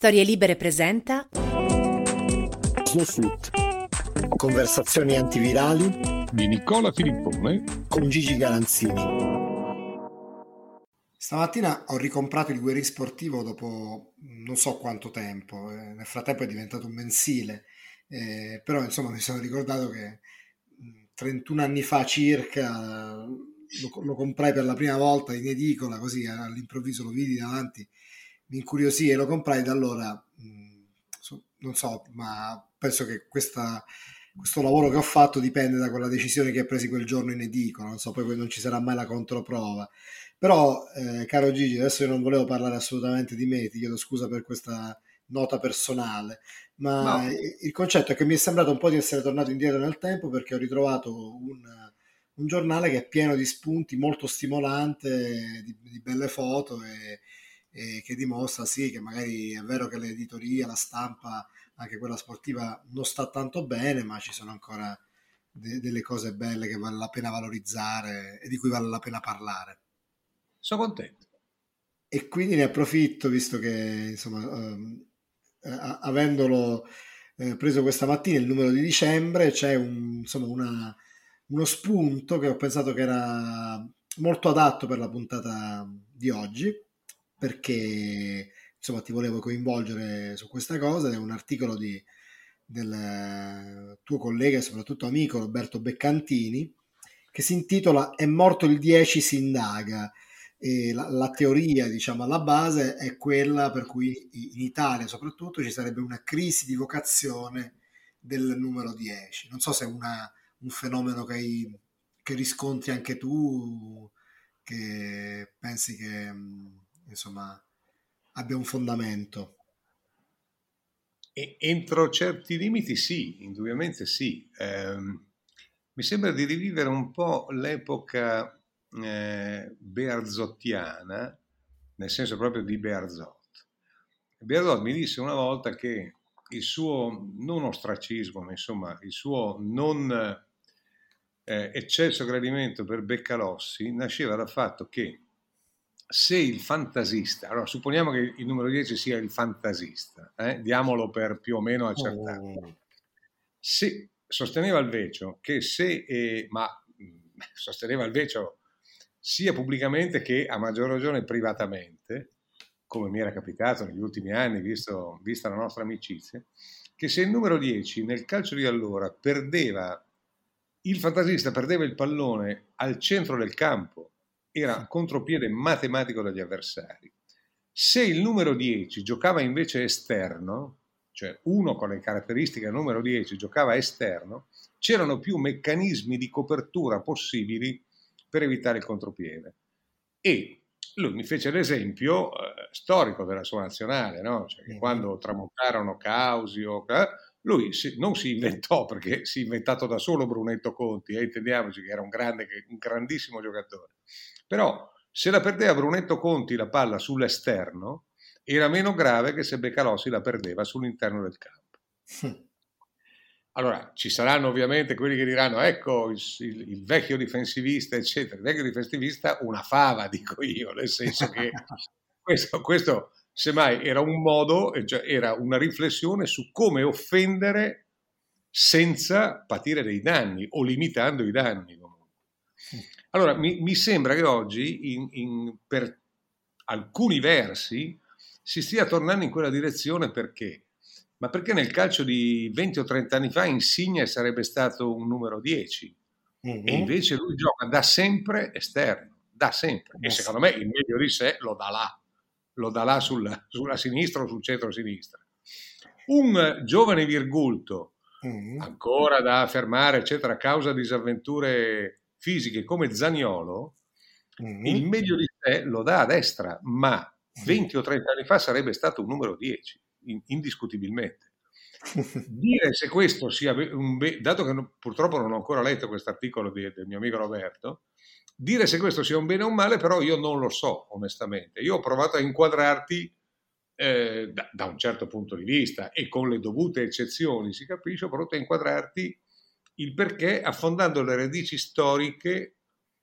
Storie Libere presenta Snowsuit. Conversazioni antivirali di Nicola Filippone con Gigi Galanzini. Stamattina ho ricomprato il Guerrier Sportivo dopo non so quanto tempo, nel frattempo è diventato un mensile, però insomma mi sono ricordato che 31 anni fa circa lo comprai per la prima volta in edicola, così all'improvviso lo vidi davanti, mi incuriosì e lo comprai. Da allora non so, ma penso che questo lavoro che ho fatto dipende da quella decisione che hai presi quel giorno in edicola, non so, poi non ci sarà mai la controprova. Però, caro Gigi, adesso io non volevo parlare assolutamente di me, ti chiedo scusa per questa nota personale, ma No. il concetto è che mi è sembrato un po' di essere tornato indietro nel tempo, perché ho ritrovato un giornale che è pieno di spunti, molto stimolante, di belle foto e che dimostra, sì, che magari è vero che l'editoria, la stampa, anche quella sportiva, non sta tanto bene, ma ci sono ancora delle cose belle che vale la pena valorizzare e di cui vale la pena parlare. Sono contento. E quindi ne approfitto, visto che insomma, avendolo preso questa mattina, il numero di dicembre, c'è uno spunto che ho pensato che era molto adatto per la puntata di oggi, perché insomma ti volevo coinvolgere su questa cosa. È un articolo del tuo collega e soprattutto amico Roberto Beccantini, che si intitola "È morto il 10, si indaga". E la teoria, diciamo, alla base è quella per cui in Italia soprattutto ci sarebbe una crisi di vocazione del numero 10. Non so se è un fenomeno che riscontri anche tu, che pensi che insomma abbia un fondamento. E entro certi limiti sì, indubbiamente sì. Mi sembra di rivivere un po' l'epoca bearzottiana, nel senso proprio di Bearzot. Bearzot mi disse una volta che il suo non ostracismo, ma insomma il suo non eccesso gradimento per Beccalossi nasceva dal fatto che se il fantasista, allora supponiamo che il numero 10 sia il fantasista, diamolo per più o meno accertato, se sosteneva Alvecio che sosteneva Alvecio sia pubblicamente che a maggior ragione privatamente, come mi era capitato negli ultimi anni, vista la nostra amicizia, che se il numero 10 nel calcio di allora il fantasista perdeva il pallone al centro del campo, era contropiede matematico dagli avversari. Se il numero 10 giocava invece esterno, cioè uno con le caratteristiche del numero 10 giocava esterno, c'erano più meccanismi di copertura possibili per evitare il contropiede. E lui mi fece l'esempio storico della sua nazionale, no? Cioè che quando tramontarono Causio, lui non si inventò, perché si è inventato da solo Brunetto Conti, intendiamoci che era un grandissimo giocatore, però se la perdeva Brunetto Conti la palla sull'esterno era meno grave che se Beccalossi la perdeva sull'interno del campo. Allora, ci saranno ovviamente quelli che diranno ecco il vecchio difensivista, eccetera. Il vecchio difensivista una fava, dico io, nel senso che questo semmai era un modo, cioè era una riflessione su come offendere senza patire dei danni o limitando i danni. Allora, mi sembra che oggi, per alcuni versi, si stia tornando in quella direzione. Perché? Ma perché nel calcio di 20 o 30 anni fa Insigne sarebbe stato un numero 10 e invece lui gioca da sempre esterno, da sempre, e secondo me il meglio di sé lo dà là sulla sinistra o sul centro-sinistra. Un giovane Virgulto, ancora da affermare, eccetera, a causa di disavventure fisiche come Zaniolo, il meglio di sé lo dà a destra, ma 20 o 30 anni fa sarebbe stato un numero 10, indiscutibilmente. Dire se questo sia dato che purtroppo non ho ancora letto questo articolo del mio amico Roberto, dire se questo sia un bene o un male, però io non lo so, onestamente. Io ho provato a inquadrarti da un certo punto di vista e con le dovute eccezioni, si capisce, ho provato a inquadrarti il perché, affondando le radici storiche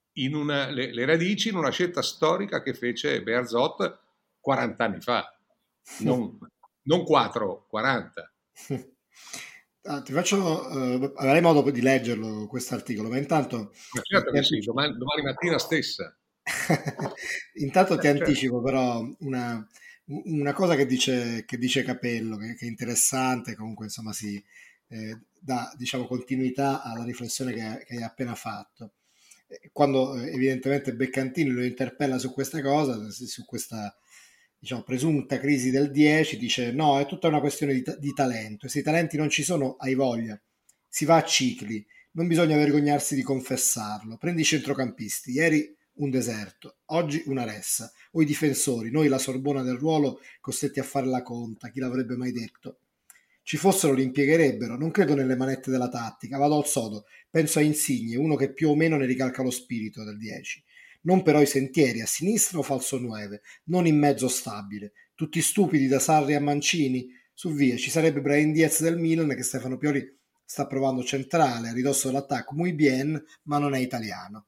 le radici in una scelta storica che fece Bearzot 40 anni fa, non non 4, 40. Ti faccio, avrai modo di leggerlo questo articolo, ma intanto Ma ti certo che sì, domani mattina stessa. intanto ti Certo. anticipo però una cosa che dice Capello, che è interessante, comunque insomma si dà diciamo, continuità alla riflessione che hai appena fatto. Quando evidentemente Beccantini lo interpella su questa cosa, su questa diciamo, presunta crisi del 10, dice no, è tutta una questione di talento, e se i talenti non ci sono, hai voglia, si va a cicli, non bisogna vergognarsi di confessarlo. Prendi i centrocampisti, ieri un deserto, oggi una ressa, o i difensori, noi la Sorbona del ruolo costretti a fare la conta, chi l'avrebbe mai detto? Ci fossero li impiegherebbero, non credo nelle manette della tattica, vado al sodo, penso a Insigne, uno che più o meno ne ricalca lo spirito del 10. Non però i sentieri, a sinistra o falso 9, non in mezzo stabile, tutti stupidi da Sarri a Mancini, su via, ci sarebbe Brian Diaz del Milan che Stefano Pioli sta provando centrale, a ridosso dell'attacco, muy bien, ma non è italiano.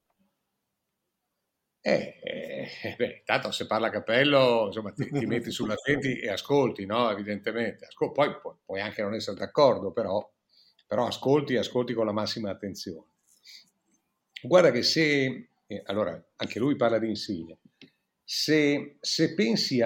Beh, tanto se parla Capello, insomma, ti metti sull'attenti e ascolti, no? Evidentemente. Poi puoi anche non essere d'accordo, però ascolti con la massima attenzione. Guarda che se, allora, anche lui parla di Insigne, se pensi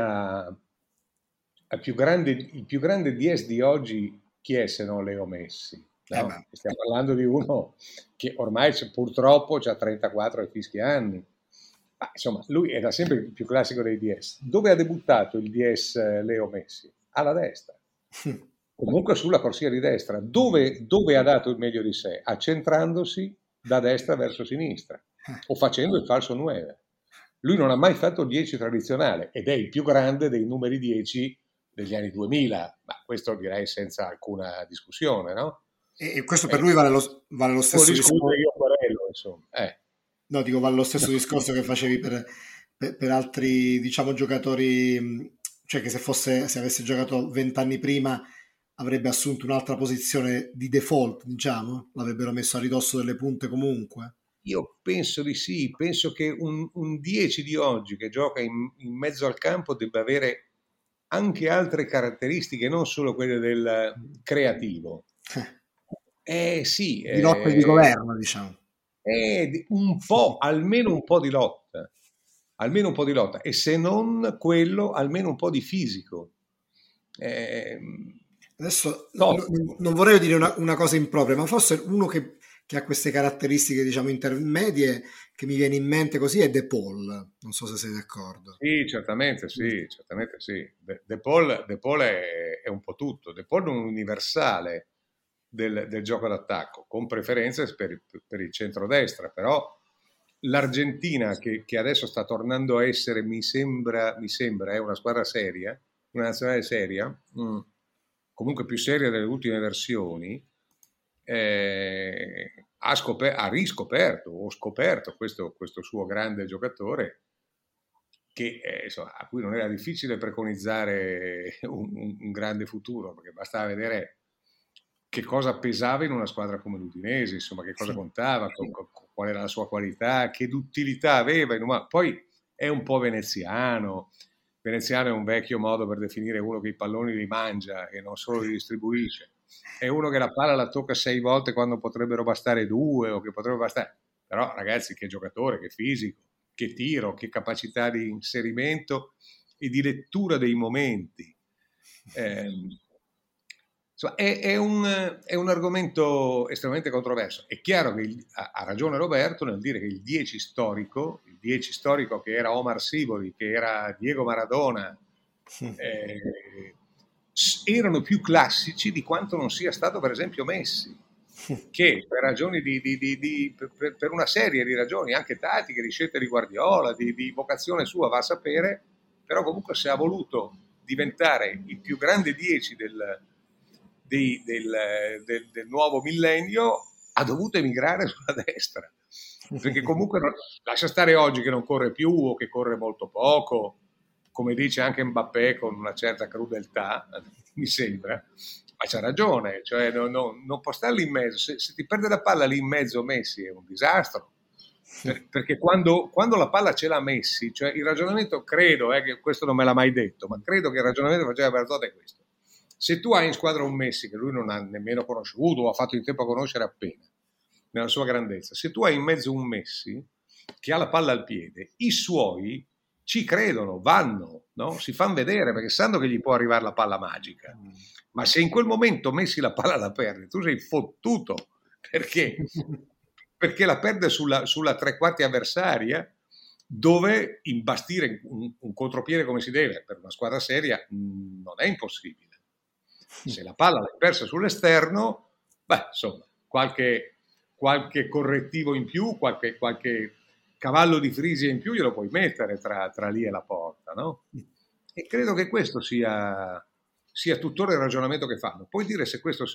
il più grande 10 di oggi, chi è se non Leo Messi? No? Beh, Stiamo parlando di uno che ormai purtroppo ha 34 e fischi anni. Ma, insomma, lui è da sempre il più classico dei DS. Dove ha debuttato il DS Leo Messi? Alla destra. Comunque sulla corsia di destra. Dove ha dato il meglio di sé? Accentrandosi da destra verso sinistra o facendo il falso 9. Lui non ha mai fatto il 10 tradizionale ed è il più grande dei numeri 10 degli anni 2000, ma questo direi senza alcuna discussione, no? e questo per Eh, lui vale lo Può stesso discutere discorso. io Querello, insomma. No, dico, vale lo stesso discorso che facevi per altri, diciamo, giocatori, cioè che se avesse giocato 20 anni prima avrebbe assunto un'altra posizione di default, diciamo, l'avrebbero messo a ridosso delle punte comunque. Io penso di sì, penso che un 10 di oggi che gioca in mezzo al campo debba avere anche altre caratteristiche, non solo quelle del creativo. Sì, Di lotta e di governo, diciamo. un po', almeno un po' di lotta, almeno un po' di lotta, e se non quello, almeno un po' di fisico. Eh, Adesso top. non vorrei dire una cosa impropria, ma forse uno che ha queste caratteristiche, diciamo, intermedie che mi viene in mente così è De Paul. Non so se sei d'accordo. Sì, certamente sì, certamente sì. De Paul è un po' tutto. De Paul è un universale del gioco d'attacco, con preferenze per il centrodestra, però l'Argentina che adesso sta tornando a essere, mi sembra, è una squadra seria, una nazionale seria, comunque più seria delle ultime versioni, ha riscoperto o scoperto questo suo grande giocatore che, insomma, a cui non era difficile preconizzare un grande futuro, perché bastava vedere che cosa pesava in una squadra come l'Udinese, insomma, che cosa contava, qual era la sua qualità, che d'utilità aveva. Poi è un po' veneziano. Veneziano è un vecchio modo per definire uno che i palloni li mangia e non solo li distribuisce. È uno che la palla la tocca 6 volte quando potrebbero bastare 2 o che potrebbero bastare. Però, ragazzi, che giocatore, che fisico, che tiro, che capacità di inserimento e di lettura dei momenti. Insomma, è un argomento estremamente controverso. È chiaro che ha ragione Roberto nel dire che il 10 storico che era Omar Sivori, che era Diego Maradona, eh, erano più classici di quanto non sia stato per esempio Messi, che per ragioni per una serie di ragioni, anche tattiche, di scelte di Guardiola, di vocazione sua, va a sapere, però comunque se ha voluto diventare il più grande 10 del nuovo millennio, ha dovuto emigrare sulla destra. Perché comunque lascia stare oggi che non corre più o che corre molto poco, come dice anche Mbappé con una certa crudeltà, mi sembra, ma c'ha ragione, cioè non può stare lì in mezzo. Se ti perde la palla lì in mezzo Messi è un disastro. Perché quando la palla ce l'ha Messi, cioè il ragionamento, credo, che questo non me l'ha mai detto, ma credo che il ragionamento che faceva Bertotta è questo. Se tu hai in squadra un Messi che lui non ha nemmeno conosciuto o ha fatto in tempo a conoscere appena, nella sua grandezza, se tu hai in mezzo un Messi che ha la palla al piede, i suoi ci credono, vanno, no? Si fanno vedere perché sanno che gli può arrivare la palla magica. Ma se in quel momento Messi la palla la perde, tu sei fottuto perché la perde sulla tre quarti avversaria, dove imbastire un contropiede come si deve per una squadra seria non è impossibile. Se la palla l'hai persa sull'esterno, beh, insomma, qualche correttivo in più, qualche cavallo di Frisia in più glielo puoi mettere tra lì e la porta, no? E credo che questo sia tuttora il ragionamento che fanno. Puoi dire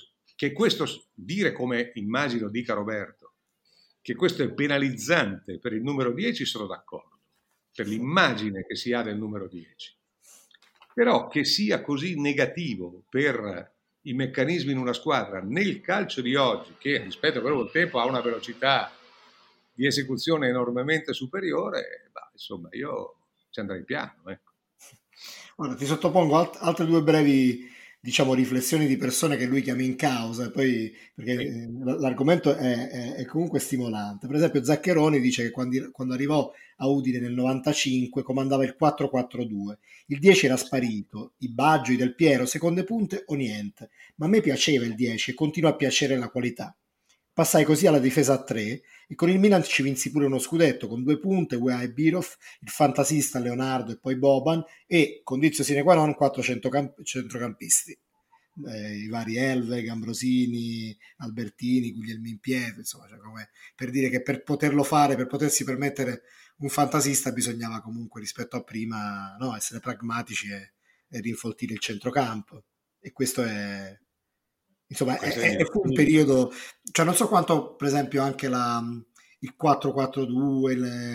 dire come immagino dica Roberto, che questo è penalizzante per il numero 10, sono d'accordo, per l'immagine che si ha del numero 10. Però che sia così negativo per i meccanismi in una squadra nel calcio di oggi, che rispetto a quello del tempo ha una velocità di esecuzione enormemente superiore, insomma io ci andrei piano. Ecco. Ora ti sottopongo altre due brevi, diciamo, riflessioni di persone che lui chiama in causa, poi, perché l'argomento è comunque stimolante. Per esempio Zaccheroni dice che quando arrivò a Udine nel 95 comandava il 4-4-2, il 10 era sparito, i Baggio, i Del Piero, seconde punte o niente, ma a me piaceva il 10 e continua a piacere la qualità. Passai così alla difesa a 3 e con il Milan ci vinsi pure uno scudetto con 2 punte, Weah e Birov, il fantasista Leonardo e poi Boban e, condizio sine qua non, 4 centrocampisti. I vari Elveg, Ambrosini, Albertini, Guglielmin Pietro, insomma, cioè come per dire che per poterlo fare, per potersi permettere un fantasista bisognava comunque rispetto a prima, no, essere pragmatici e rinfoltire il centrocampo. E questo è, insomma, fu un periodo, cioè non so quanto per esempio anche il 4-4-2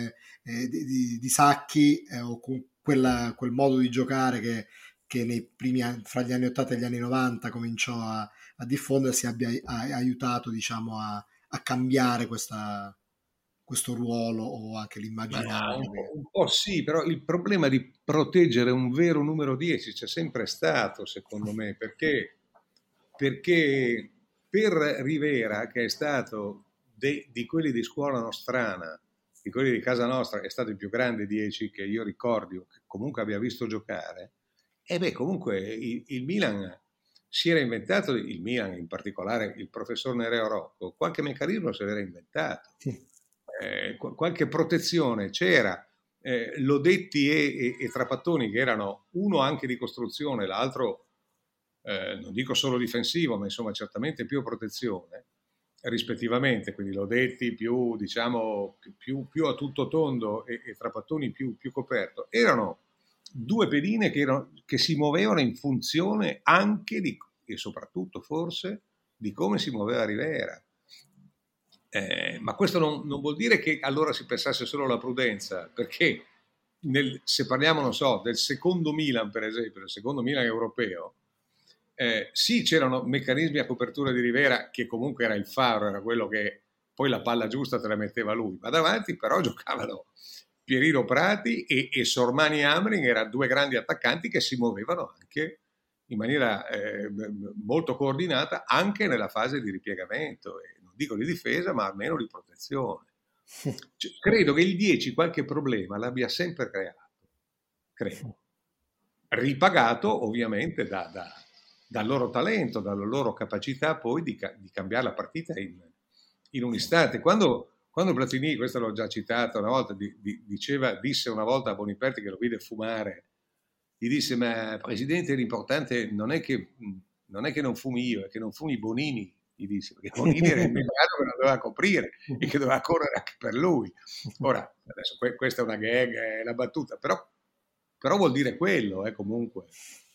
di Sacchi o con quel modo di giocare che nei primi anni, fra gli anni 80 e gli anni 90 cominciò a diffondersi, abbia aiutato, diciamo, a cambiare questo ruolo o anche l'immaginario. Un po' sì, però il problema di proteggere un vero numero 10 c'è sempre stato, secondo me, perché per Rivera, che è stato di quelli di scuola nostrana, di quelli di casa nostra, è stato il più grande 10 che io ricordi o che comunque abbia visto giocare, e beh, comunque il Milan si era inventato, il Milan in particolare, il professor Nereo Rocco, qualche meccanismo si era inventato. Qualche protezione c'era. Lodetti e Trapattoni, che erano uno anche di costruzione, l'altro non dico solo difensivo, ma insomma certamente più protezione, rispettivamente, quindi Lodetti più, diciamo, più a tutto tondo e Trapattoni più coperto, erano due pedine che si muovevano in funzione anche e soprattutto forse di come si muoveva Rivera. Ma questo non vuol dire che allora si pensasse solo alla prudenza, perché se parliamo, non so, del secondo Milan, per esempio, del secondo Milan europeo, sì, c'erano meccanismi a copertura di Rivera, che comunque era il faro, era quello che poi la palla giusta te la metteva lui, ma davanti però giocavano Pierino Prati e Sormani Amrin, erano due grandi attaccanti che si muovevano anche in maniera molto coordinata anche nella fase di ripiegamento, non dico di difesa, ma almeno di protezione. Cioè, credo che il 10 qualche problema l'abbia sempre creato, credo. Ripagato ovviamente dal loro talento, dalla loro capacità poi di cambiare la partita in un istante. Quando Platini, questo l'ho già citato una volta, disse una volta a Boniperti, che lo vide fumare, gli disse: ma Presidente, l'importante non è che non fumi io, è che non fumi Bonini, gli disse, perché Bonini era il mediano che lo doveva coprire e che doveva correre anche per lui. Ora, adesso questa è una gag, è una battuta, però vuol dire quello, comunque.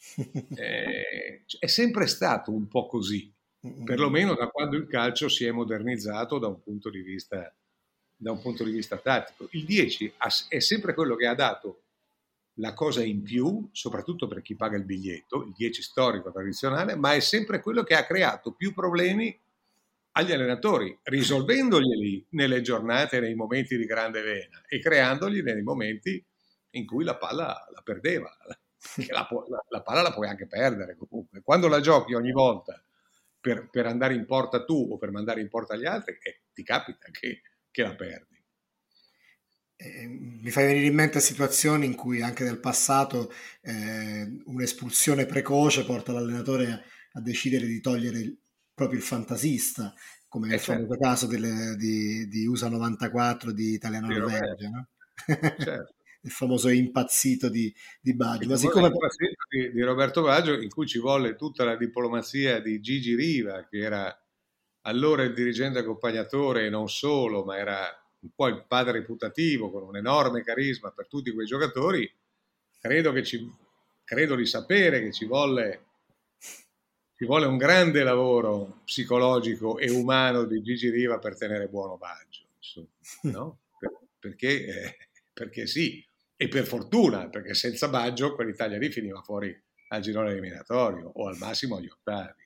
È sempre stato un po' così, perlomeno da quando il calcio si è modernizzato da un punto di vista tattico. Il 10 è sempre quello che ha dato la cosa in più, soprattutto per chi paga il biglietto, il 10 storico tradizionale, ma è sempre quello che ha creato più problemi agli allenatori, risolvendoglieli nelle giornate, nei momenti di grande vena e creandogli nei momenti in cui la palla la perdeva. Che la palla la puoi anche perdere comunque. Quando la giochi ogni volta per andare in porta tu o per mandare in porta gli altri, ti capita che la perdi. Mi fai venire in mente situazioni in cui anche nel passato un'espulsione precoce porta l'allenatore a decidere di togliere proprio il fantasista, come nel famoso Certo, caso di USA 94 di di Italia-Norvegia, Roberto, no? certo. Il famoso impazzito di Baggio. Il Ma famoso siccome impazzito di Roberto Baggio, in cui ci volle tutta la diplomazia di Gigi Riva, che era allora il dirigente accompagnatore e non solo, ma era un po' il padre putativo con un enorme carisma per tutti quei giocatori. Credo, credo di sapere che ci vuole un grande lavoro psicologico e umano di Gigi Riva per tenere buono Baggio, insomma, no? Perché sì, e per fortuna, perché senza Baggio quell'Italia lì finiva fuori al girone eliminatorio o al massimo agli ottavi.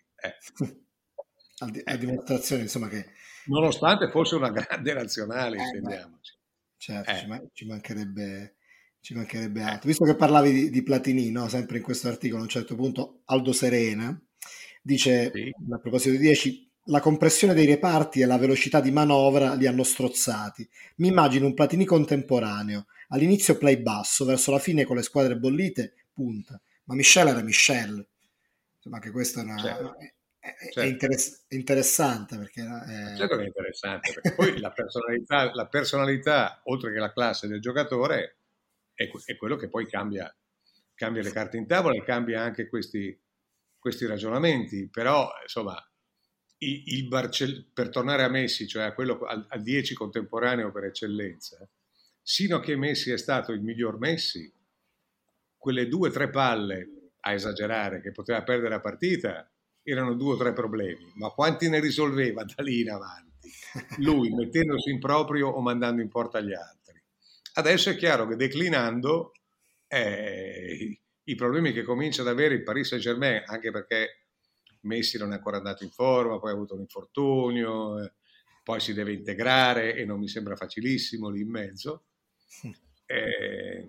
a dimostrazione, insomma, che Nonostante fosse una grande nazionale, beh, intendiamoci. certo, Eh, ci mancherebbe eh, altro. Visto che parlavi di Platini, no? Sempre in questo articolo, a un certo punto, Aldo Serena dice, sì, a proposito di 10, la compressione dei reparti e la velocità di manovra li hanno strozzati. Mi immagino un Platini contemporaneo, all'inizio play basso, verso la fine con le squadre bollite, punta. Ma Michel era Michel. Insomma, anche questa certo, è certo. è interessante perché Ma certo che è interessante, perché poi la personalità, oltre che la classe del giocatore, è quello che poi cambia le carte in tavola e cambia anche questi ragionamenti. Però, insomma, per tornare a Messi, cioè a quello al 10 contemporaneo per eccellenza, sino a che Messi è stato il miglior Messi, quelle 2 o 3 palle, a esagerare, che poteva perdere la partita, erano 2 o 3 problemi, ma quanti ne risolveva da lì in avanti? Lui mettendosi in proprio o mandando in porta gli altri. Adesso è chiaro che declinando i problemi che comincia ad avere il Paris Saint-Germain, anche perché Messi non è ancora andato in forma, poi ha avuto un infortunio, poi si deve integrare e non mi sembra facilissimo lì in mezzo. Eh,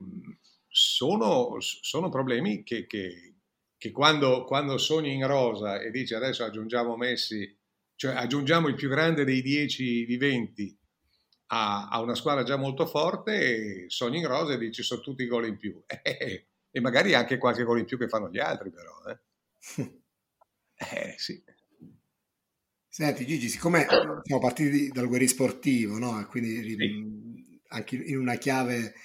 sono problemi che quando sogni in rosa e dici adesso aggiungiamo Messi, cioè aggiungiamo il più grande dei 10 viventi a una squadra già molto forte, sogni in rosa e dici sono tutti gol in più. E magari anche qualche gol in più che fanno gli altri però. Sì. Senti Gigi, siccome siamo partiti dal guerriero sportivo, no? E quindi Sì. anche in una chiave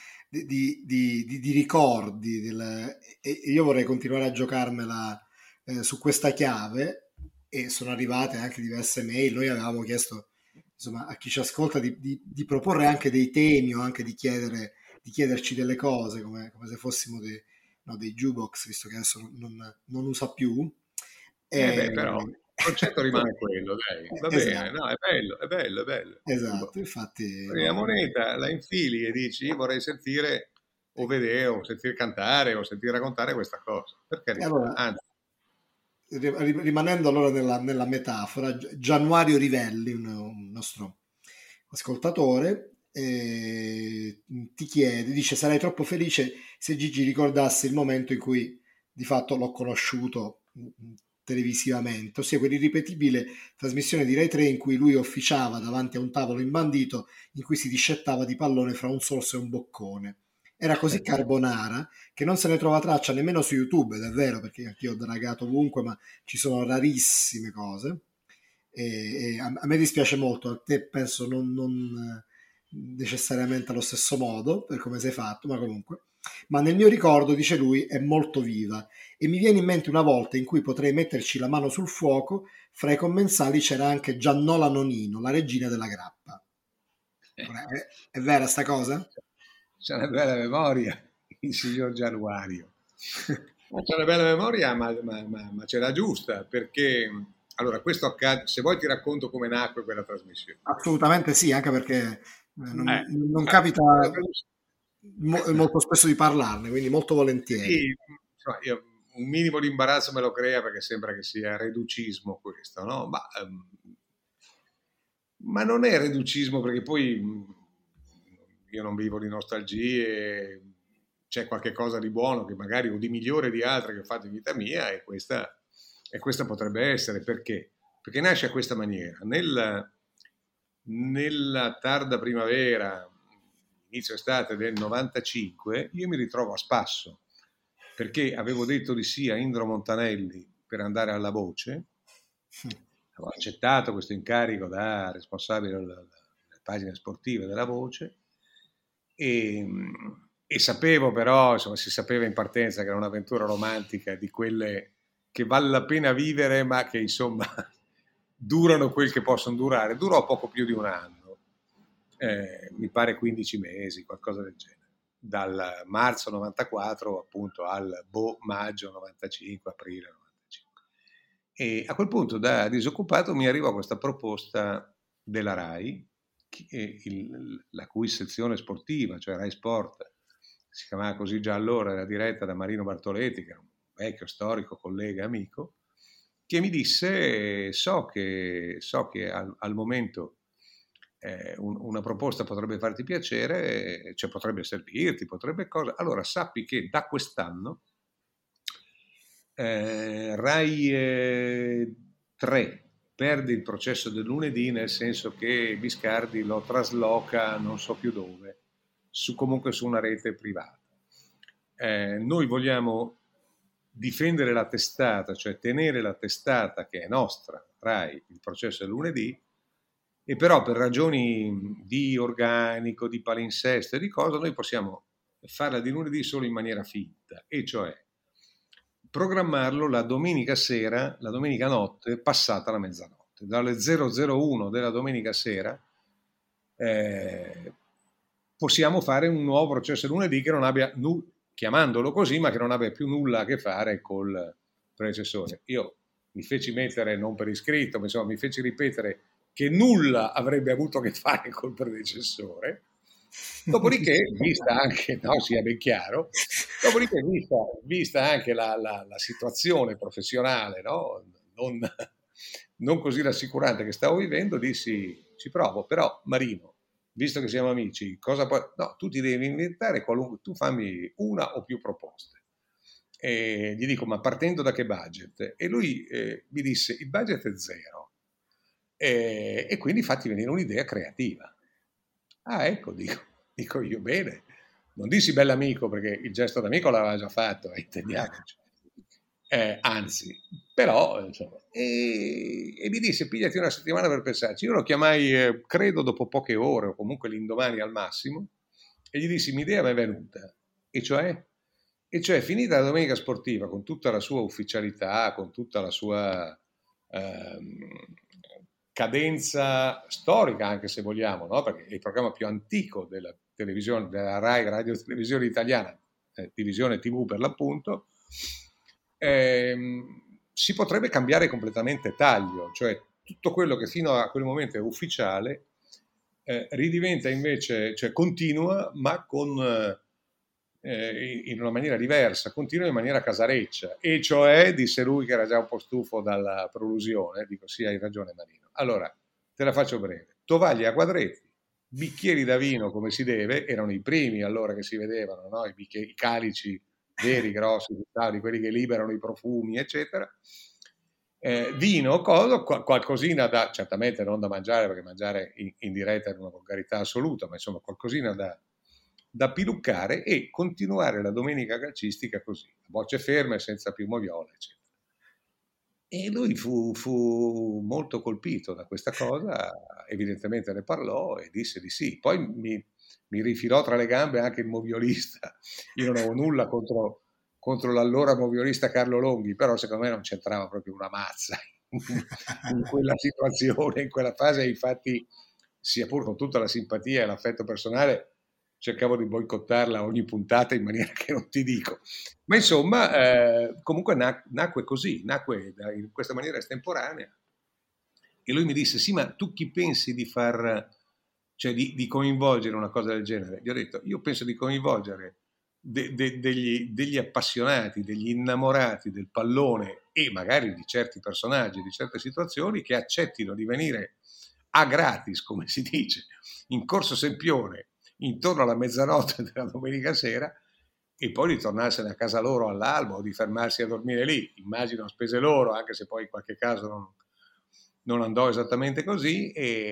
di ricordi, e io vorrei continuare a giocarmela su questa chiave e sono arrivate anche diverse mail. Noi avevamo chiesto, insomma, a chi ci ascolta di proporre anche dei temi o anche di chiederci delle cose, come se fossimo no, dei jukebox, visto che adesso non usa più. Beh, però il concetto rimane quello, dai, va bene, Esatto, no, è bello, è bello, è bello. esatto, infatti Prendi la moneta, la infili e dici io vorrei sentire o vedere o sentire cantare o sentire raccontare questa cosa, per e carità, allora, anzi, rimanendo allora nella metafora, Giannuario Rivelli, un nostro ascoltatore, ti chiede, dice sarei troppo felice se Gigi ricordasse il momento in cui di fatto l'ho conosciuto televisivamente, ossia quell'irripetibile trasmissione di Rai 3 in cui lui officiava davanti a un tavolo imbandito in cui si discettava di pallone fra un sorso e un boccone. Era così carbonara che non se ne trova traccia nemmeno su YouTube, ed è vero perché anch'io ho dragato ovunque, ma ci sono rarissime cose. E a me dispiace molto, a te penso non necessariamente allo stesso modo, per come sei fatto, ma comunque. Ma nel mio ricordo, dice lui, è molto viva e mi viene in mente una volta in cui potrei metterci la mano sul fuoco, fra i commensali c'era anche Giannola Nonino, la regina della grappa. È vera sta cosa? c'è una bella memoria, il signor Giannuario. Ma c'è una bella memoria, ma ce l'ha giusta, perché allora questo accade, se vuoi ti racconto come nacque quella trasmissione. Assolutamente sì, anche perché Eh, non capita quella trasmissione- molto spesso di parlarne, quindi molto volentieri. Sì, insomma, un minimo di imbarazzo me lo crea perché sembra che sia reducismo questo, no? Ma ma non è reducismo, perché poi io non vivo di nostalgie, c'è qualche cosa di buono che magari o di migliore di altre che ho fatto in vita mia, e questa potrebbe essere. Perché? Perché nasce a questa maniera. Nella tarda primavera, inizio estate del 95, io mi ritrovo a spasso, perché avevo detto di sì a Indro Montanelli per andare alla Voce. Avevo accettato questo incarico da responsabile delle pagine sportive della Voce, e sapevo però, insomma, si sapeva in partenza che era un'avventura romantica di quelle che vale la pena vivere, ma che insomma durano quel che possono durare. Durò poco più di un anno, mi pare 15 mesi, qualcosa del genere, dal marzo 94 appunto al maggio 95, aprile 95. E a quel punto, da disoccupato, mi arriva questa proposta della RAI, la cui sezione sportiva, cioè Rai Sport, si chiamava così già allora, era diretta da Marino Bartoletti, che era un vecchio storico collega e amico, che mi disse: so che al momento una proposta potrebbe farti piacere, cioè potrebbe servirti, potrebbe cosa. Allora sappi che da quest'anno Rai 3 perde il Processo del lunedì, nel senso che Biscardi lo trasloca non so più dove, comunque su una rete privata. Noi vogliamo difendere la testata, cioè tenere la testata che è nostra, Rai, il Processo del lunedì, e però per ragioni di organico, di palinsesto e di cosa, noi possiamo farla di lunedì solo in maniera finta, e cioè programmarlo la domenica sera, la domenica notte, passata la mezzanotte. Dalle 001 della domenica sera possiamo fare un nuovo Processo lunedì che non abbia, chiamandolo così, ma che non abbia più nulla a che fare col predecessore. Io mi feci mettere, non per iscritto, ma insomma mi feci ripetere che nulla avrebbe avuto a che fare col predecessore. Dopodiché, vista anche, no, sia ben chiaro, dopodiché vista anche la situazione professionale, no, non così rassicurante che stavo vivendo, dissi: ci provo, però Marino, visto che siamo amici, cosa puoi... No, tu ti devi inventare tu fammi una o più proposte. E gli dico: ma partendo da che budget? E lui mi disse: il budget è zero, e quindi fatti venire un'idea creativa. Ah, ecco, dico io: bene. Non dissi bell'amico, perché il gesto d'amico l'aveva già fatto, intendiamoci. Anzi, però, insomma, e mi disse: pigliati una settimana per pensarci. Io lo chiamai, credo, dopo poche ore, o comunque l'indomani al massimo, e gli dissi: un'idea mi è venuta, e cioè, finita la domenica sportiva, con tutta la sua ufficialità, con tutta la sua ehm, cadenza storica, anche se vogliamo, no? Perché è il programma più antico della televisione, della Rai Radio Televisione Italiana, divisione TV per l'appunto. Si potrebbe cambiare completamente taglio, cioè tutto quello che fino a quel momento è ufficiale ridiventa invece, cioè continua, ma in una maniera diversa, continua in maniera casareccia. E cioè, disse lui, che era già un po' stufo dalla prolusione, dico: sì, hai ragione Marino. Allora, te la faccio breve: tovaglie a quadretti, bicchieri da vino come si deve, erano i primi allora che si vedevano, no? I calici veri, grossi, di quelli che liberano i profumi, eccetera. Vino, qualcosina da, certamente non da mangiare, perché mangiare in diretta è una volgarità assoluta, ma insomma qualcosina da piluccare, e continuare la domenica calcistica così, a bocce ferme, senza più moviola, eccetera. E lui fu molto colpito da questa cosa, evidentemente ne parlò e disse di sì. Poi mi rifilò tra le gambe anche il moviolista. Io non avevo nulla contro l'allora moviolista Carlo Longhi, però secondo me non c'entrava proprio una mazza in quella situazione, in quella fase. Infatti, sia pur con tutta la simpatia e l'affetto personale, cercavo di boicottarla ogni puntata in maniera che non ti dico. Ma insomma, comunque nacque così, nacque in questa maniera estemporanea. E lui mi disse: sì, ma tu chi pensi di far, cioè di coinvolgere una cosa del genere? Gli ho detto: io penso di coinvolgere degli appassionati, degli innamorati del pallone, e magari di certi personaggi, di certe situazioni, che accettino di venire a gratis, come si dice, in Corso Sempione, intorno alla mezzanotte della domenica sera, e poi di tornarsene a casa loro all'alba o di fermarsi a dormire lì, immagino a spese loro, anche se poi in qualche caso non andò esattamente così.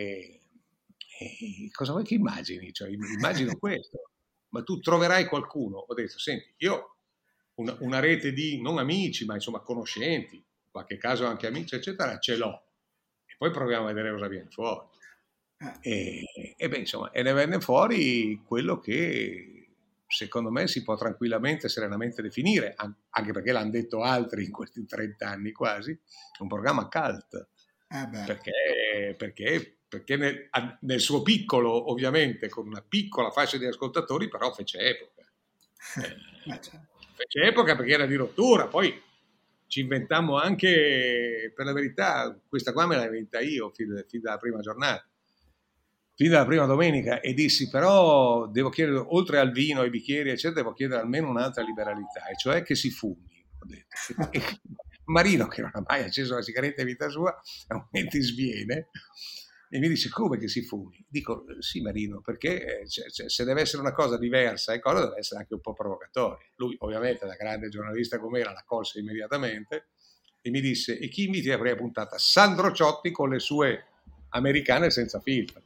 E cosa vuoi che immagini? Cioè, immagino questo, ma tu troverai qualcuno. Ho detto, senti, io una rete di non amici, ma insomma conoscenti, in qualche caso anche amici, eccetera, ce l'ho. E poi proviamo a vedere cosa viene fuori. E beh, insomma, e ne venne fuori quello che secondo me si può tranquillamente, serenamente definire, anche perché l'hanno detto altri in questi 30 anni quasi, un programma cult. Perché nel suo piccolo, ovviamente, con una piccola fascia di ascoltatori, però fece epoca. Fece epoca perché era di rottura, poi ci inventammo anche, per la verità, questa qua me l'ho inventata io fin dalla prima giornata, fin dalla prima domenica, e dissi però devo chiedere, oltre al vino, ai bicchieri, eccetera, devo chiedere almeno un'altra liberalità, e cioè che si fumi, ho detto. E Marino, che non ha mai acceso la sigaretta in vita sua, a momenti sviene e mi dice come che si fumi? Dico sì Marino, perché se deve essere una cosa diversa e cosa deve essere anche un po' provocatoria. Lui ovviamente da grande giornalista come era la colse immediatamente e mi disse e chi inviti la prima puntata? Sandro Ciotti con le sue americane senza filtro.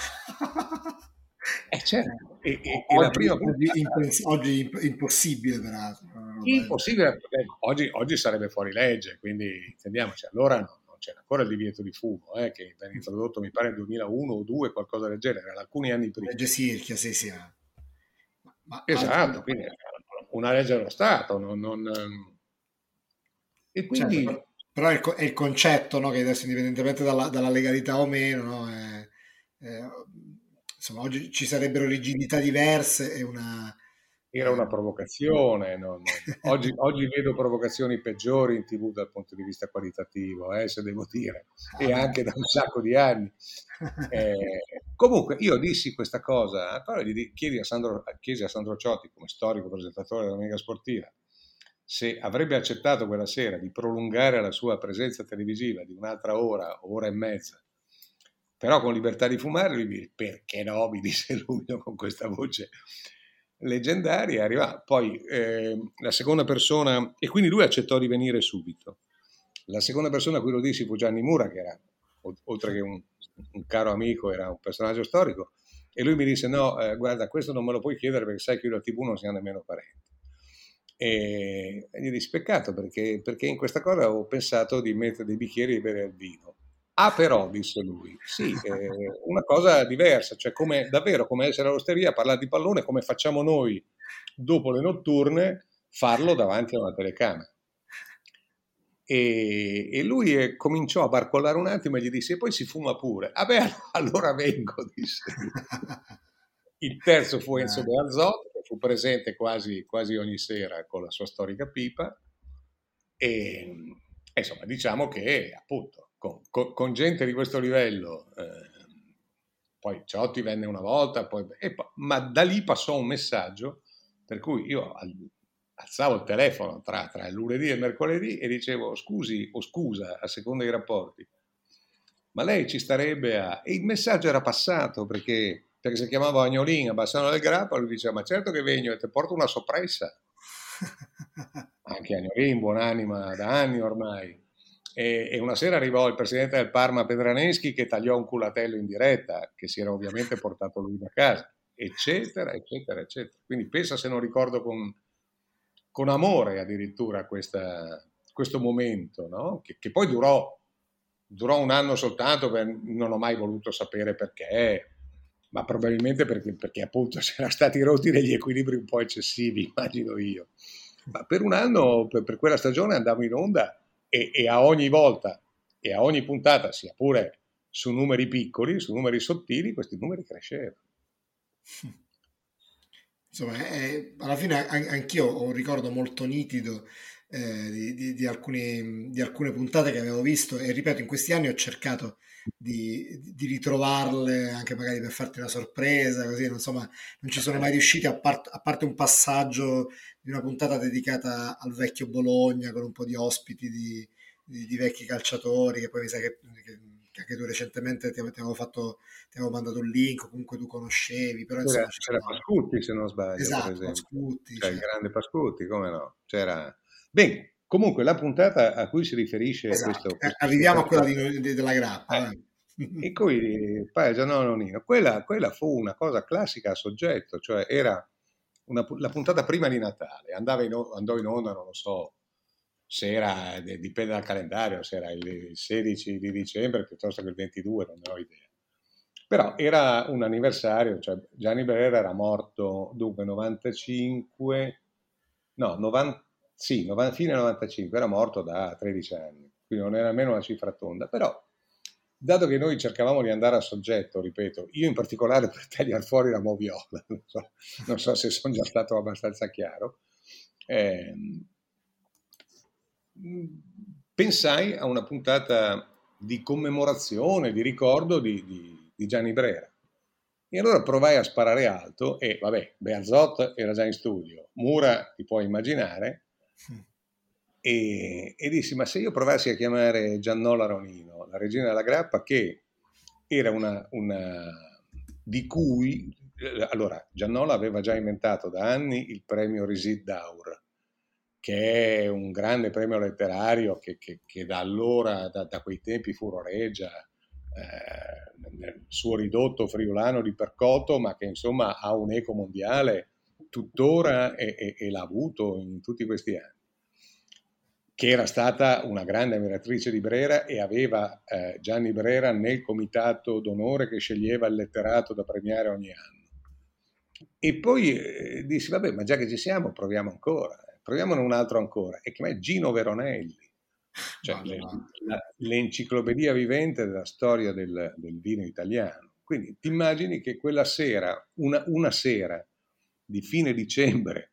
Certo, e la prima puntata... Oggi impossibile peraltro. Impossibile, oggi sarebbe fuori legge, quindi intendiamoci, allora non c'era ancora il divieto di fumo, che venne introdotto mi pare nel 2001 o 2002, qualcosa del genere, era alcuni anni prima. Legge Sirchia, sì. Esatto, quindi una legge dello Stato, e quindi... Certo, però è il concetto, no, che adesso indipendentemente dalla legalità o meno, no, insomma, oggi ci sarebbero rigidità diverse e una... Era una provocazione, Oggi vedo provocazioni peggiori in TV dal punto di vista qualitativo, se devo dire, e anche da un sacco di anni. Comunque io dissi questa cosa, però chiesi a Sandro Ciotti, come storico presentatore della Domenica Sportiva, se avrebbe accettato quella sera di prolungare la sua presenza televisiva di un'altra ora e mezza, però con libertà di fumare, lui mi disse, perché no, mi disse lui con questa voce leggendaria, arriva poi la seconda persona, e quindi lui accettò di venire subito. La seconda persona a cui lo dissi fu Gianni Mura, che era, oltre che un caro amico, era un personaggio storico, e lui mi disse no, guarda, questo non me lo puoi chiedere perché sai che io e la TV non siamo nemmeno parenti. E gli dissi peccato perché in questa cosa ho pensato di mettere dei bicchieri e bere il vino. Ah, però, disse lui, sì, una cosa diversa, cioè davvero come essere all'osteria, parlare di pallone, come facciamo noi dopo le notturne, farlo davanti a una telecamera. E lui cominciò a barcollare un attimo e gli disse, e poi si fuma pure. Ah beh, allora vengo, disse lui. Il terzo fu Enzo Bearzot, che fu presente quasi ogni sera con la sua storica pipa, e insomma diciamo che appunto con gente di questo livello, poi Ciotti venne una volta, ma da lì passò un messaggio per cui io alzavo il telefono tra il lunedì e il mercoledì e dicevo scusi o scusa a seconda dei rapporti, ma lei ci starebbe a... E il messaggio era passato perché se chiamavo Agnolin a Bassano del Grappa lui diceva ma certo che vengo e ti porto una soppressa. Anche Agnolin, buonanima da anni ormai. E una sera arrivò il presidente del Parma Pedraneschi che tagliò un culatello in diretta, che si era ovviamente portato lui da casa, eccetera, eccetera, eccetera. Quindi pensa se non ricordo con amore addirittura questo momento, no? Che poi durò un anno soltanto, non ho mai voluto sapere perché, ma probabilmente perché appunto c'erano stati rotti degli equilibri un po' eccessivi, immagino io. Ma per un anno, per quella stagione andavo in onda e a ogni volta e a ogni puntata, sia pure su numeri piccoli, su numeri sottili, questi numeri crescevano. Insomma, alla fine anch'io ho un ricordo molto nitido di alcune puntate che avevo visto e ripeto, in questi anni ho cercato di ritrovarle anche magari per farti una sorpresa, così, insomma, non ci sono mai riusciti a parte un passaggio di una puntata dedicata al vecchio Bologna con un po' di ospiti di vecchi calciatori che poi mi sa che che anche tu recentemente ti avevo mandato un link, comunque tu conoscevi, però C'era, insomma ci c'era sono... Pascutti, se non sbaglio, per Esatto, esempio. Pascutti, C'è il certo. grande Pascutti, come no? C'era... Bene, comunque la puntata a cui si riferisce Esatto. questo Arriviamo a quella spettacolo, della grappa, vai. in cui Paesa Nonnino, quella fu una cosa classica a soggetto, cioè era la puntata prima di Natale, andò in onda, non lo so, se era, dipende dal calendario, se era il 16 di dicembre piuttosto che il 22, non ne ho idea. Però era un anniversario, cioè Gianni Brera era morto, dunque 95, no, 90, sì, fine 95, era morto da 13 anni, quindi non era nemmeno una cifra tonda, però dato che noi cercavamo di andare a soggetto, ripeto, io in particolare per tagliare fuori la moviola, non so se sono già stato abbastanza chiaro, ehm, pensai a una puntata di commemorazione, di ricordo di Gianni Brera. E allora provai a sparare alto e vabbè, Bearzot era già in studio, Mura ti puoi immaginare, e dissi, ma se io provassi a chiamare Giannola Ronino, la regina della grappa, che era di cui, allora, Giannola aveva già inventato da anni il premio Risid Daur, che è un grande premio letterario che da allora, da quei tempi furoreggia nel suo ridotto friulano di Percoto, ma che insomma ha un'eco mondiale tuttora e l'ha avuto in tutti questi anni, che era stata una grande ammiratrice di Brera e aveva Gianni Brera nel comitato d'onore che sceglieva il letterato da premiare ogni anno. E poi dissi, vabbè, ma già che ci siamo, proviamone un altro ancora. E chiamai Gino Veronelli, cioè l'enciclopedia vivente della storia del vino italiano. Quindi ti immagini che quella sera, una sera di fine dicembre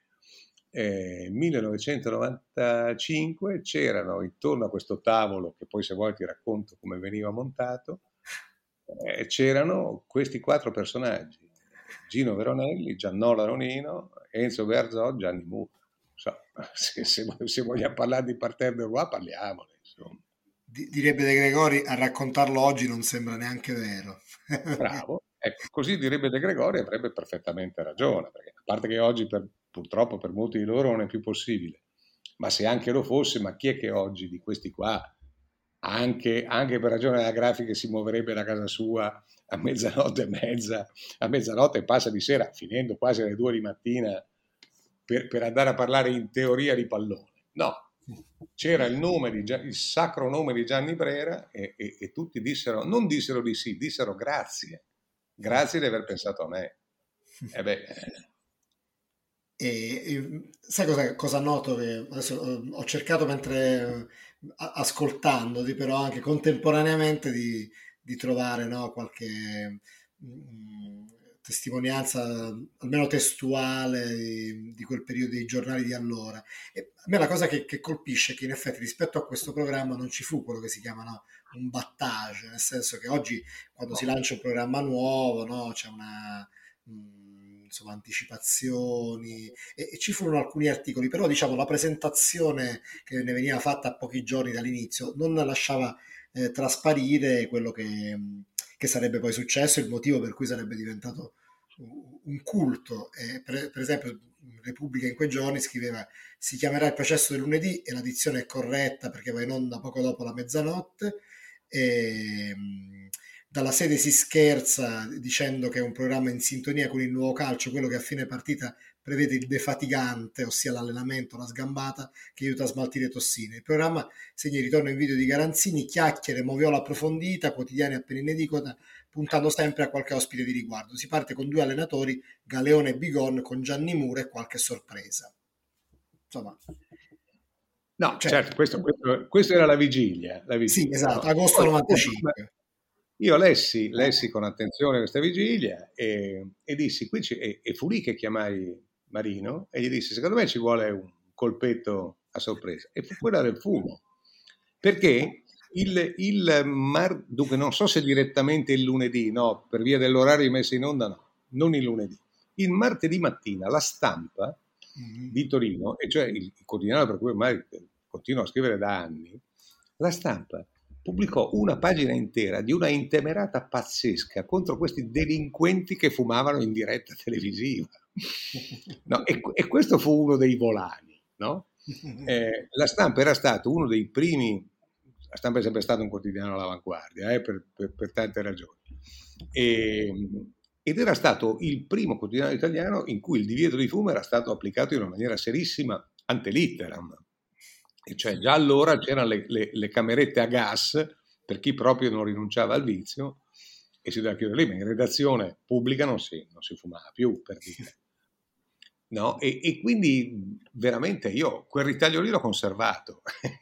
1995, c'erano intorno a questo tavolo, che poi se vuoi ti racconto come veniva montato, c'erano questi 4 personaggi: Gino Veronelli, Giannola Ronino, Enzo Bearzot, Gianni Mura. So, se vogliamo parlare di Parterre de Roi, parliamone, insomma. Direbbe De Gregori, a raccontarlo oggi non sembra neanche vero. Bravo, ecco, così direbbe De Gregori, avrebbe perfettamente ragione, perché a parte che oggi purtroppo per molti di loro non è più possibile, ma se anche lo fosse, ma chi è che oggi di questi qua, anche per ragione della grafica, si muoverebbe da casa sua a mezzanotte e mezza, a mezzanotte e passa di sera, finendo quasi alle 2 di mattina, per andare a parlare in teoria di pallone? No, c'era il sacro nome di Gianni Brera e tutti non dissero di sì, dissero grazie, grazie di aver pensato a me. E beh, Sai cosa noto? Che adesso ho cercato mentre ascoltandoti, però anche contemporaneamente di trovare, no, qualche mm, testimonianza, almeno testuale, di quel periodo dei giornali di allora. E a me la cosa che colpisce è che in effetti rispetto a questo programma non ci fu quello che si chiama, no, un battage, nel senso che oggi quando si lancia un programma nuovo, no, c'è una insomma, anticipazioni e ci furono alcuni articoli, però diciamo la presentazione che ne veniva fatta a pochi giorni dall'inizio non lasciava trasparire quello che sarebbe poi successo, il motivo per cui sarebbe diventato un culto. Per esempio, Repubblica in quei giorni scriveva: si chiamerà il processo del lunedì e la dizione è corretta perché va in onda poco dopo la mezzanotte. E, dalla sede si scherza dicendo che è un programma in sintonia con il nuovo calcio, quello che a fine partita prevede il defatigante, ossia l'allenamento, la sgambata, che aiuta a smaltire tossine. Il programma segna il ritorno in video di Garanzini, chiacchiere, moviola approfondita, quotidiani appena in edicola, puntando sempre a qualche ospite di riguardo. Si parte con 2 allenatori, Galeone e Bigon, con Gianni Mura e qualche sorpresa. Insomma, no, cioè, certo, questo era la sì, vigilia, esatto, no? agosto Poi, appunto, 95. io lessi con attenzione questa vigilia e dissi, e fu lì che chiamai Marino e gli dissi, secondo me ci vuole un colpetto a sorpresa. E fu quella del fumo, perché dunque non so se direttamente il lunedì, no, per via dell'orario messo in onda, no, non il lunedì. Il martedì mattina la Stampa Mm-hmm. di Torino, e cioè il quotidiano per cui ormai continuo a scrivere da anni, la Stampa pubblicò una pagina intera di una intemerata pazzesca contro questi delinquenti che fumavano in diretta televisiva. No, e questo fu uno dei volani, no? La Stampa era stato uno dei primi. La Stampa è sempre stato un quotidiano all'avanguardia, per tante ragioni. Ed era stato il primo quotidiano italiano in cui il divieto di fumo era stato applicato in una maniera serissima ante litteram. E cioè già allora c'erano le camerette a gas per chi proprio non rinunciava al vizio e si doveva chiudere lì, ma in redazione pubblica non si fumava più, per dire. No? E quindi veramente io quel ritaglio lì l'ho conservato.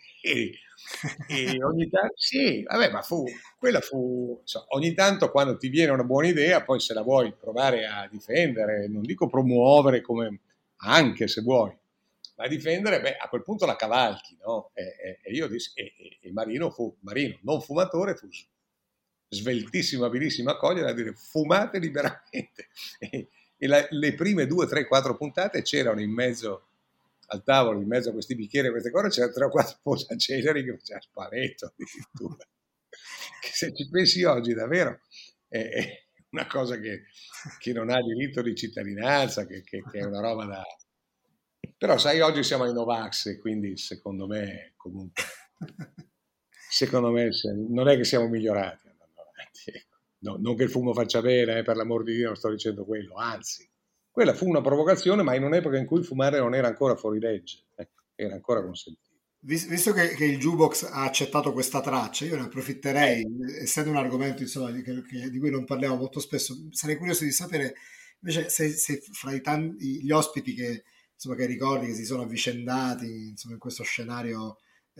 E ogni tanto, sì, vabbè, ma quella fu, ogni tanto quando ti viene una buona idea, poi se la vuoi provare a difendere, non dico promuovere come, anche se vuoi, ma difendere, beh, a quel punto la cavalchi, no? E io dissi, e Marino non fumatore, fu sveltissimo, abilissimo a cogliere, a dire fumate liberamente. Le prime 2, 3, 4 puntate c'erano in mezzo al tavolo, in mezzo a questi bicchieri e queste cose, c'erano 3 o 4 posaceneri che facevano sparetto addirittura. Che se ci pensi oggi davvero è una cosa che non ha diritto di cittadinanza, che è una roba da... Però sai, oggi siamo ai Novax, quindi secondo me comunque non è che siamo migliorati andando avanti. No, non che il fumo faccia bene, per l'amor di Dio, non sto dicendo quello, anzi, quella fu una provocazione, ma in un'epoca in cui il fumare non era ancora fuori legge, era ancora consentito. Visto che il Jukebox ha accettato questa traccia, io ne approfitterei, essendo un argomento insomma, di cui non parliamo molto spesso, sarei curioso di sapere invece se fra gli ospiti insomma, che ricordi che si sono avvicendati insomma, in questo scenario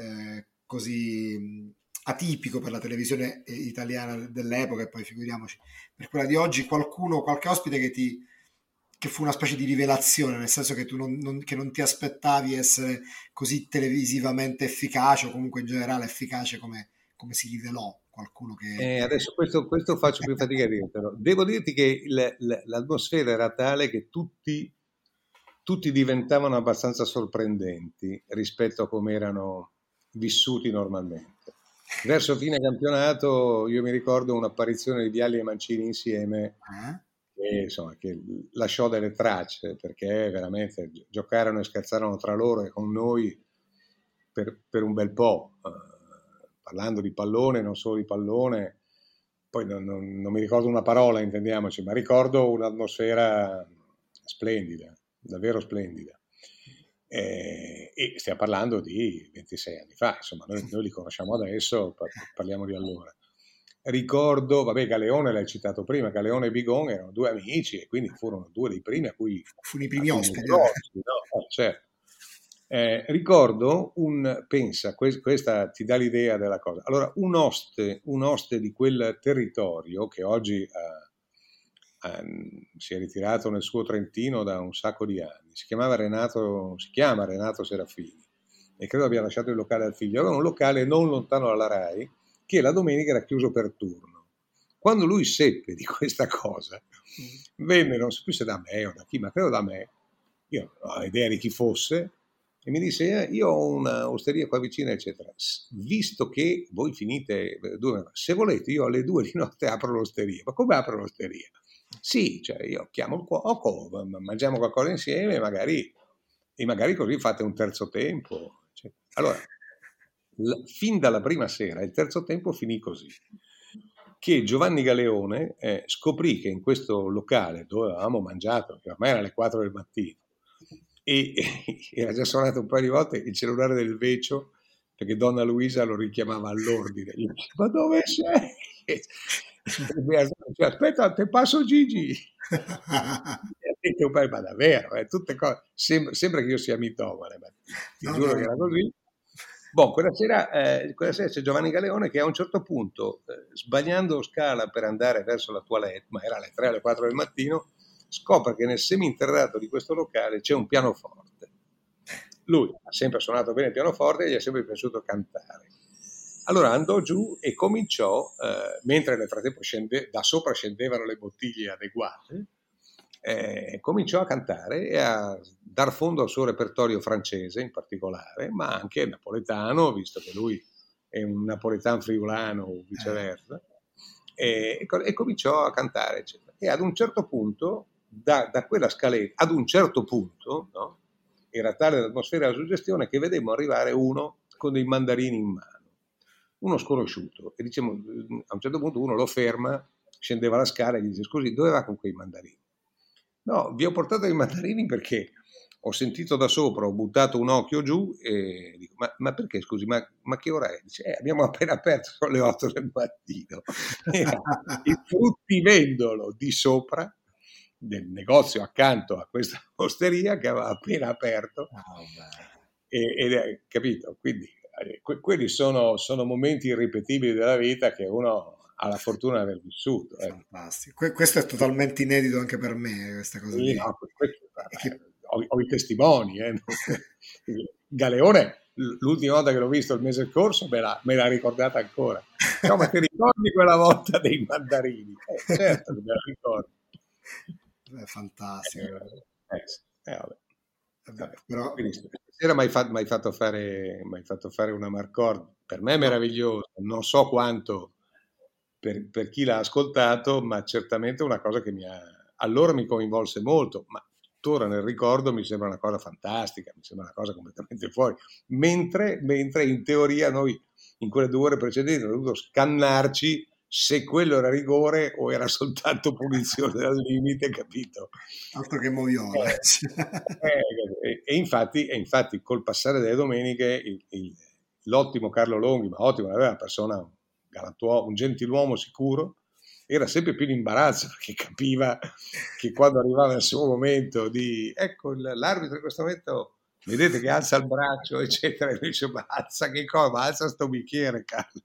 così atipico per la televisione italiana dell'epoca, e poi figuriamoci per quella di oggi, qualche ospite che fu una specie di rivelazione, nel senso che tu che non ti aspettavi essere così televisivamente efficace o comunque in generale efficace come si rivelò qualcuno che... Adesso questo faccio più fatica a dirtelo. Devo dirti che l'atmosfera era tale che tutti diventavano abbastanza sorprendenti rispetto a come erano vissuti normalmente. Verso fine campionato io mi ricordo un'apparizione di Vialli e Mancini insieme che lasciò delle tracce, perché veramente giocarono e scherzarono tra loro e con noi per un bel po', parlando di pallone, non solo di pallone. Poi non mi ricordo una parola, intendiamoci, ma ricordo un'atmosfera splendida, davvero splendida. E stiamo parlando di 26 anni fa, insomma, noi li conosciamo adesso, parliamo di allora. Ricordo, vabbè, Galeone l'hai citato prima, Galeone e Bigon erano 2 amici e quindi furono 2 dei primi a cui... Furono i primi ospiti. No? Certo. Ricordo pensa, questa ti dà l'idea della cosa. Allora, un oste di quel territorio che oggi si è ritirato nel suo Trentino da un sacco di anni, si chiama Renato Serafini e credo abbia lasciato il locale al figlio. Aveva un locale non lontano dalla Rai che la domenica era chiuso per turno. Quando lui seppe di questa cosa, venne, non so più se da me o da chi, ma credo da me, io non ho idea di chi fosse, e mi disse io ho una osteria qua vicina eccetera, visto che voi finite se volete io alle 2 di notte apro l'osteria. Ma come apro l'osteria? Sì, cioè io chiamo il cuoco, mangiamo qualcosa insieme e magari così fate un terzo tempo. Allora, fin dalla prima sera il terzo tempo finì così, che Giovanni Galeone scoprì che in questo locale dove avevamo mangiato, che ormai era le 4 del mattino, e era già suonato un paio di volte il cellulare del Vecio, perché donna Luisa lo richiamava all'ordine. Io dicevo, ma dove sei? Aspetta, te passo Gigi. Ma davvero, tutte cose. Sembra che io sia mitomane, ma ti giuro che era così. Bon, quella sera c'è Giovanni Galeone che a un certo punto, sbagliando scala per andare verso la toilette, ma era alle 3 alle 4 del mattino, scopre che nel seminterrato di questo locale c'è un pianoforte. Lui ha sempre suonato bene il pianoforte e gli è sempre piaciuto cantare. Allora andò giù e cominciò, mentre nel frattempo da sopra scendevano le bottiglie adeguate, cominciò a cantare e a dar fondo al suo repertorio francese in particolare, ma anche napoletano, visto che lui e un napoletano friulano o viceversa, e cominciò a cantare, eccetera. E ad un certo punto, da quella scaletta, ad un certo punto, no, era tale l'atmosfera della suggestione che vedemmo arrivare uno con dei mandarini in mano, uno sconosciuto, e diciamo, a un certo punto uno lo ferma, scendeva la scala e gli dice: scusi, dove va con quei mandarini? No, vi ho portato i mandarini perché ho sentito da sopra, ho buttato un occhio giù e dico: ma perché, scusi, ma che ora è? Dice: abbiamo appena aperto, sono le 8 del mattino. Era il fruttivendolo di sopra del negozio accanto a questa osteria che aveva appena aperto. Capito? Quindi quelli sono momenti irripetibili della vita che uno ha la fortuna di aver vissuto. Fantastico. Questo è totalmente inedito anche per me, questa cosa Sì, di... no, ho i testimoni. Galeone, l'ultima volta che l'ho visto il mese scorso, me l'ha ricordata ancora. No, ma ti ricordi quella volta dei mandarini? Certo che me la ricordo. È fantastico. Vabbè. Però... Quindi stasera mi hai fatto fare una Marcord, per me è meraviglioso, non so quanto per chi l'ha ascoltato, ma certamente una cosa che allora mi coinvolse molto, ma tuttora nel ricordo mi sembra una cosa fantastica, mi sembra una cosa completamente fuori, mentre in teoria noi in quelle 2 ore precedenti abbiamo dovuto scannarci se quello era rigore o era soltanto punizione dal limite, capito? Altro che moviola. E infatti col passare delle domeniche l'ottimo Carlo Longhi, ma ottimo, era una persona, un gentiluomo sicuro, era sempre più in imbarazzo perché capiva che quando arrivava il suo momento ecco l'arbitro in questo momento vedete che alza il braccio eccetera, e lui dice: ma alza che cosa? Ma alza sto bicchiere, Carlo.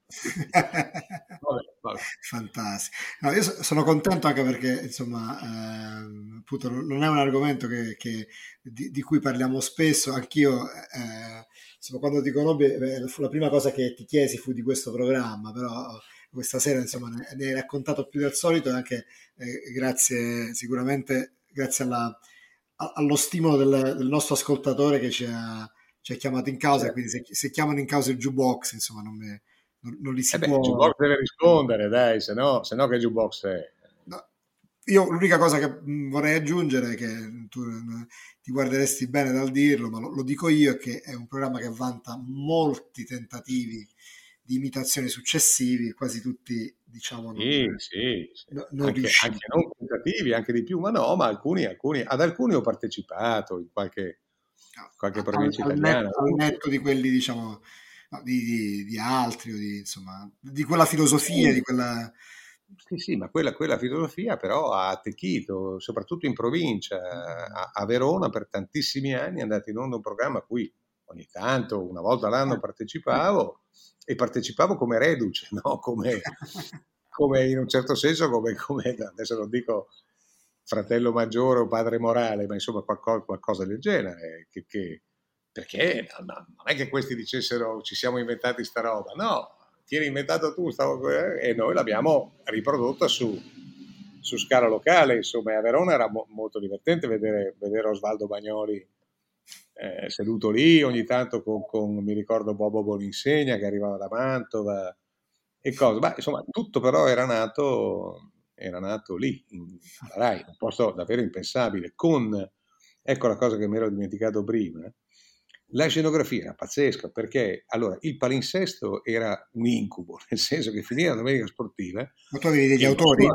Vabbè. Fantastico. No, io sono contento anche perché insomma appunto non è un argomento di cui parliamo spesso. Anch'io insomma, quando ti conobbi la prima cosa che ti chiesi fu di questo programma, però questa sera insomma ne hai raccontato più del solito e anche sicuramente grazie allo stimolo del nostro ascoltatore che ci ha chiamato in causa, e quindi se chiamano in causa il jukebox insomma non li si Il può... jukebox deve rispondere, dai, se no che jukebox è? No, io l'unica cosa che vorrei aggiungere, che tu ti guarderesti bene dal dirlo, ma lo dico io, è che è un programma che vanta molti tentativi di imitazioni successivi, quasi tutti, diciamo, Sì. non Anche riusciti. non tentativi, anche di più, ma no, ma ad alcuni ho partecipato in qualche provincia italiana. Al netto di quelli, diciamo, no, di altri, o insomma, di quella filosofia, di Sì, quella... sì, ma quella filosofia però ha attecchito, soprattutto in provincia. A Verona per tantissimi anni è andato in onda un programma a cui ogni tanto, una volta all'anno partecipavo, e partecipavo come reduce, no? Come in un certo senso, come adesso non dico fratello maggiore o padre morale, ma insomma qualcosa del genere, perché non è che questi dicessero ci siamo inventati sta roba, no, ti eri inventato tu, e noi l'abbiamo riprodotta su scala locale, insomma, e a Verona era molto divertente vedere Osvaldo Bagnoli seduto lì, ogni tanto mi ricordo Bobo Boninsegna che arrivava da Mantova e cose, ma insomma tutto però era nato lì, alla Rai, un posto davvero impensabile, ecco la cosa che mi ero dimenticato prima, la scenografia era pazzesca perché allora il palinsesto era un incubo, nel senso che finiva la domenica sportiva Ma tu avevi degli e autori?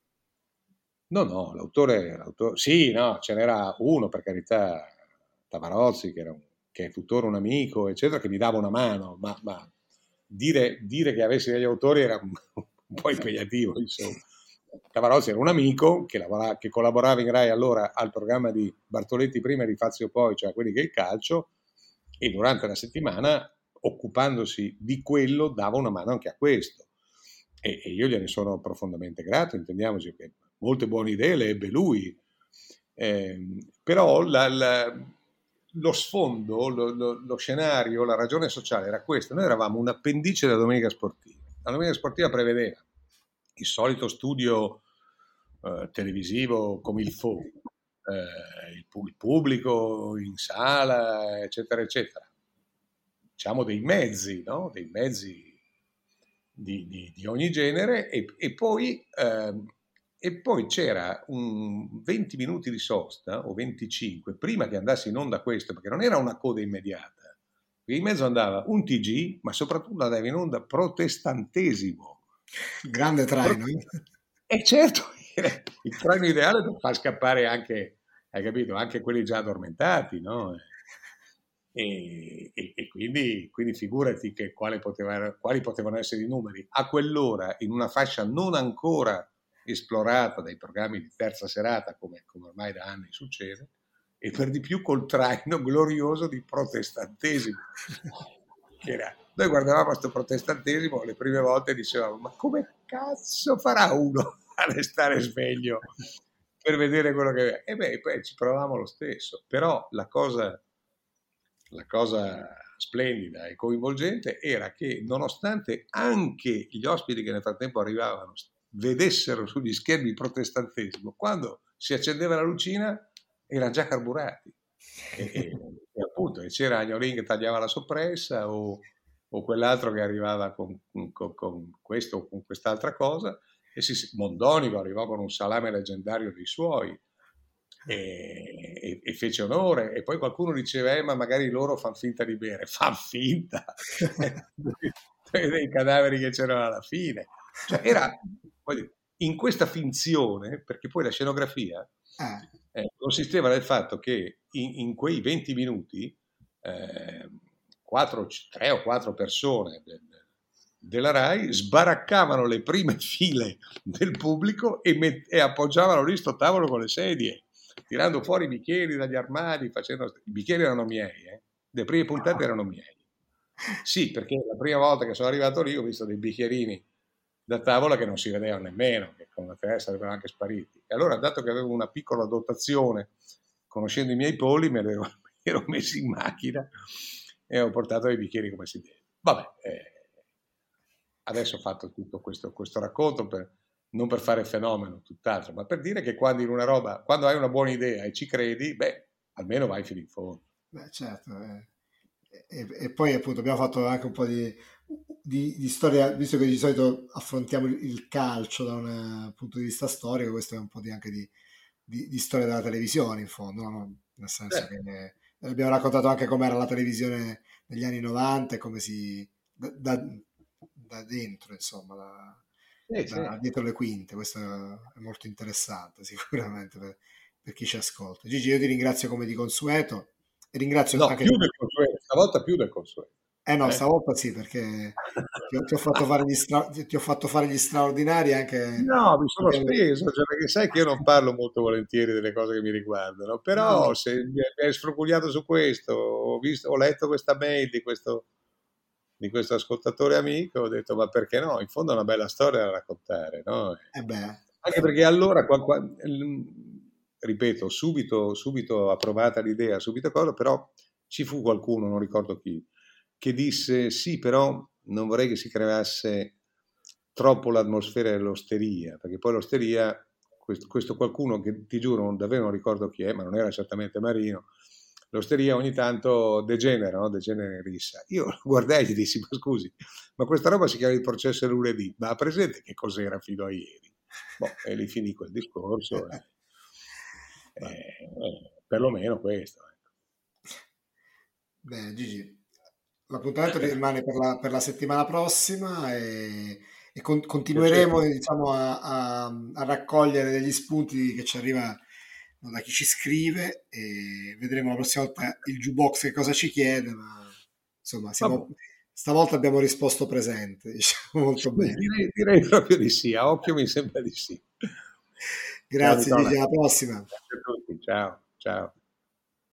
no, l'autore, sì, no, ce n'era uno per carità, Tavarozzi, che è tuttora un amico, eccetera, che mi dava una mano, ma dire che avessi degli autori era un po' impegnativo, insomma. Tavarozzi era un amico che collaborava in Rai allora al programma di Bartoletti prima e di Fazio poi, cioè quelli che è il calcio, e durante la settimana, occupandosi di quello, dava una mano anche a questo. E io gliene sono profondamente grato, intendiamoci che molte buone idee le ebbe lui, però lo sfondo, lo scenario, la ragione sociale era questa. Noi eravamo un appendice della domenica sportiva. La domenica sportiva prevedeva il solito studio televisivo come il FO, il pubblico in sala, eccetera, eccetera. Diciamo dei mezzi, no? Dei mezzi di ogni genere e poi c'era 20 minuti di sosta o 25 prima che andasse in onda questo, perché non era una coda immediata, in mezzo andava un TG, ma soprattutto andava in onda Protestantesimo. Grande traino. E certo, il traino ideale per far scappare anche, hai capito, anche quelli già addormentati, no? E quindi figurati che quali potevano essere i numeri. A quell'ora, in una fascia non ancora esplorata dai programmi di terza serata, come ormai da anni succede, e per di più col traino glorioso di protestantesimo. Noi guardavamo questo protestantesimo, le prime volte dicevamo, ma come cazzo farà uno a restare sveglio per vedere quello che... E beh, poi ci provavamo lo stesso, però la cosa splendida e coinvolgente era che nonostante anche gli ospiti che nel frattempo arrivavano vedessero sugli schermi il protestantesimo, quando si accendeva la lucina erano già carburati e appunto e c'era Agnolin che tagliava la soppressa o quell'altro che arrivava con questo o con quest'altra cosa e Mondonico arrivò con un salame leggendario dei suoi e fece onore e poi qualcuno diceva ma magari loro fanno finta di bere, fan finta dei cadaveri che c'erano alla fine, cioè era in questa finzione, perché poi la scenografia consisteva nel fatto che in quei 20 minuti 3 o 4 persone della RAI sbaraccavano le prime file del pubblico e appoggiavano lì sto tavolo con le sedie, tirando fuori i bicchieri dagli armadi, i bicchieri erano miei, le prime puntate erano miei. Sì, perché la prima volta che sono arrivato lì ho visto dei bicchierini da tavola che non si vedevano nemmeno, che con la testa sarebbero anche spariti. E allora, dato che avevo una piccola dotazione, conoscendo i miei polli, me li ero messi in macchina e ho portato i bicchieri come si deve. Vabbè, adesso ho fatto tutto questo racconto non per fare fenomeno, tutt'altro, ma per dire che quando hai una buona idea e ci credi, beh, almeno vai fino in fondo. Beh, certo. E poi appunto abbiamo fatto anche un po' di storia, visto che di solito affrontiamo il calcio da un punto di vista storico, questo è un po' anche di storia della televisione in fondo, no? Nel senso che abbiamo raccontato anche com'era la televisione negli anni 90 e come da dentro, insomma, da dietro le quinte. Questo è molto interessante sicuramente per chi ci ascolta. Gigi, io ti ringrazio come di consueto e ringrazio anche... più del consueto, stavolta più del consueto. No, stavolta sì, perché ti ho fatto fare gli straordinari anche... No, mi sono speso, cioè, perché sai che io non parlo molto volentieri delle cose che mi riguardano, però se mi hai sfrugugliato su questo, ho letto questa mail di questo ascoltatore amico, ho detto ma perché no? In fondo è una bella storia da raccontare, no? Anche perché allora, ripeto, subito approvata l'idea, subito cosa, però ci fu qualcuno, non ricordo chi, che disse sì, però non vorrei che si troppo l'atmosfera dell'osteria, perché poi l'osteria, questo qualcuno che ti giuro davvero non ricordo chi è, ma non era certamente Marino, l'osteria ogni tanto degenera, no? Degenera in rissa. Io lo guardai e gli dissi, ma scusi, ma questa roba si chiama il processo lunedì, ma ha presente che cos'era fino a ieri? E lì finì quel discorso, perlomeno questo. Beh, Gigi, l'appuntamento rimane per la settimana prossima e continueremo diciamo, a raccogliere degli spunti che ci arriva da chi ci scrive e vedremo la prossima volta il jukebox che cosa ci chiede, ma insomma stavolta abbiamo risposto presente, diciamo molto bene. Direi proprio di sì, a occhio mi sembra di sì. Grazie Gigi, alla prossima. Grazie a tutti, ciao.